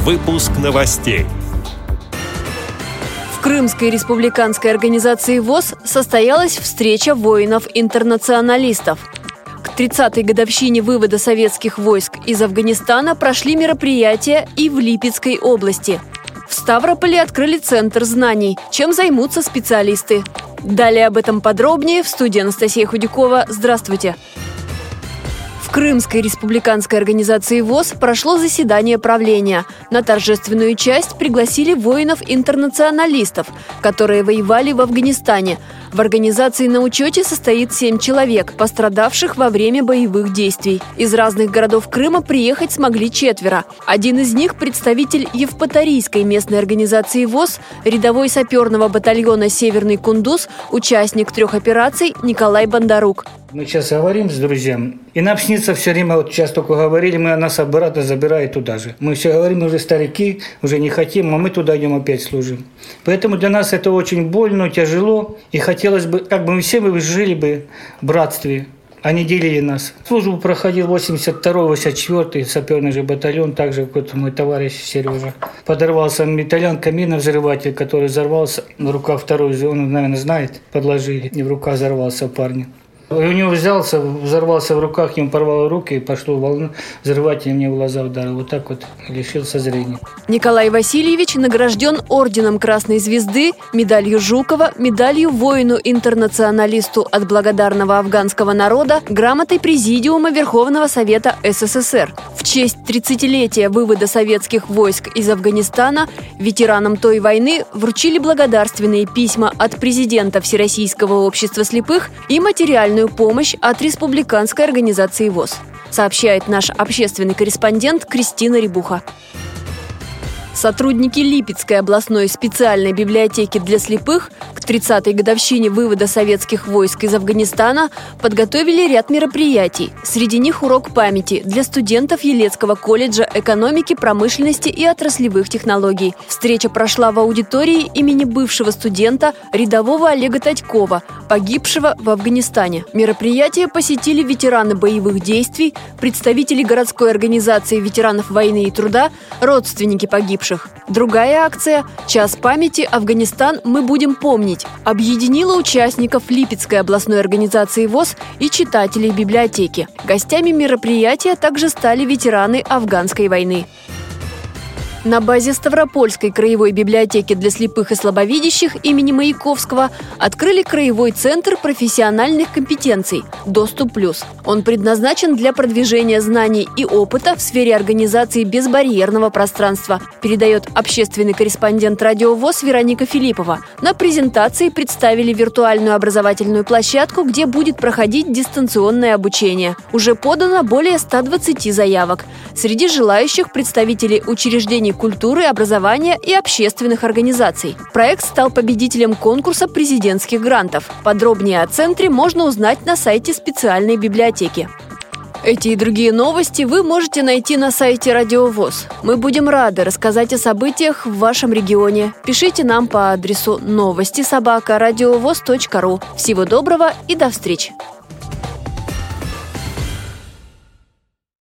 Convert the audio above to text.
Выпуск новостей. В Крымской республиканской организации ВОС состоялась встреча воинов-интернационалистов. К 30-й годовщине вывода советских войск из Афганистана прошли мероприятия и в Липецкой области. В Ставрополе открыли центр знаний, чем займутся специалисты. Далее об этом подробнее в студии Анастасия Худякова. Здравствуйте! В Крымской республиканской организации ВОС прошло заседание правления. На торжественную часть пригласили воинов-интернационалистов, которые воевали в Афганистане. В организации на учете состоит 7 человек, пострадавших во время боевых действий. Из разных городов Крыма приехать смогли 4. Один из них – представитель Евпаторийской местной организации ВОС, рядовой саперного батальона «Северный Кундуз», участник 3 операций Николай Бондарук. Мы сейчас говорим с друзьями, и нам снится все время, вот сейчас только говорили, мы нас брата забирают туда же. Мы все говорим, мы уже старики, уже не хотим, а мы туда идем опять служим. Поэтому для нас это очень больно, тяжело, и хотелось бы, как бы мы все жили бы в братстве, а не делили нас. Службу проходил 82-84 саперный же батальон, также вот мой товарищ Сережа. Подорвался металлян, каминно-взрыватель, который взорвался, на руках второй, он, наверное, знает, подложили, и в руках взорвался парня. И у него взорвался в руках, ему порвало руки, и пошло волну, взрыватель мне в глаза ударил. Вот так вот лишился зрения. Николай Васильевич награжден орденом Красной Звезды, медалью Жукова, медалью воину-интернационалисту от благодарного афганского народа, грамотой Президиума Верховного Совета СССР. В честь 30-летия вывода советских войск из Афганистана ветеранам той войны вручили благодарственные письма от президента Всероссийского общества слепых и материальную помощь от республиканской организации ВОС, сообщает наш общественный корреспондент Кристина Рябуха. Сотрудники Липецкой областной специальной библиотеки для слепых к 30-й годовщине вывода советских войск из Афганистана подготовили ряд мероприятий. Среди них урок памяти для студентов Елецкого колледжа экономики, промышленности и отраслевых технологий. Встреча прошла в аудитории имени бывшего студента рядового Олега Татькова, погибшего в Афганистане. Мероприятие посетили ветераны боевых действий, представители городской организации ветеранов войны и труда, родственники погибших. Другая акция «Час памяти. Афганистан. Мы будем помнить» объединила участников Липецкой областной организации ВОС и читателей библиотеки. Гостями мероприятия также стали ветераны афганской войны. На базе Ставропольской краевой библиотеки для слепых и слабовидящих имени Маяковского открыли краевой центр профессиональных компетенций «Доступ Плюс». Он предназначен для продвижения знаний и опыта в сфере организации безбарьерного пространства, передает общественный корреспондент Радио ВОС Вероника Филиппова. На презентации представили виртуальную образовательную площадку, где будет проходить дистанционное обучение. Уже подано более 120 заявок. Среди желающих представители учреждений культуры, образования и общественных организаций. Проект стал победителем конкурса президентских грантов. Подробнее о центре можно узнать на сайте специальной библиотеки. Эти и другие новости вы можете найти на сайте Радио ВОС. Мы будем рады рассказать о событиях в вашем регионе. Пишите нам по адресу новости@радиовос.ру. Всего доброго и до встречи!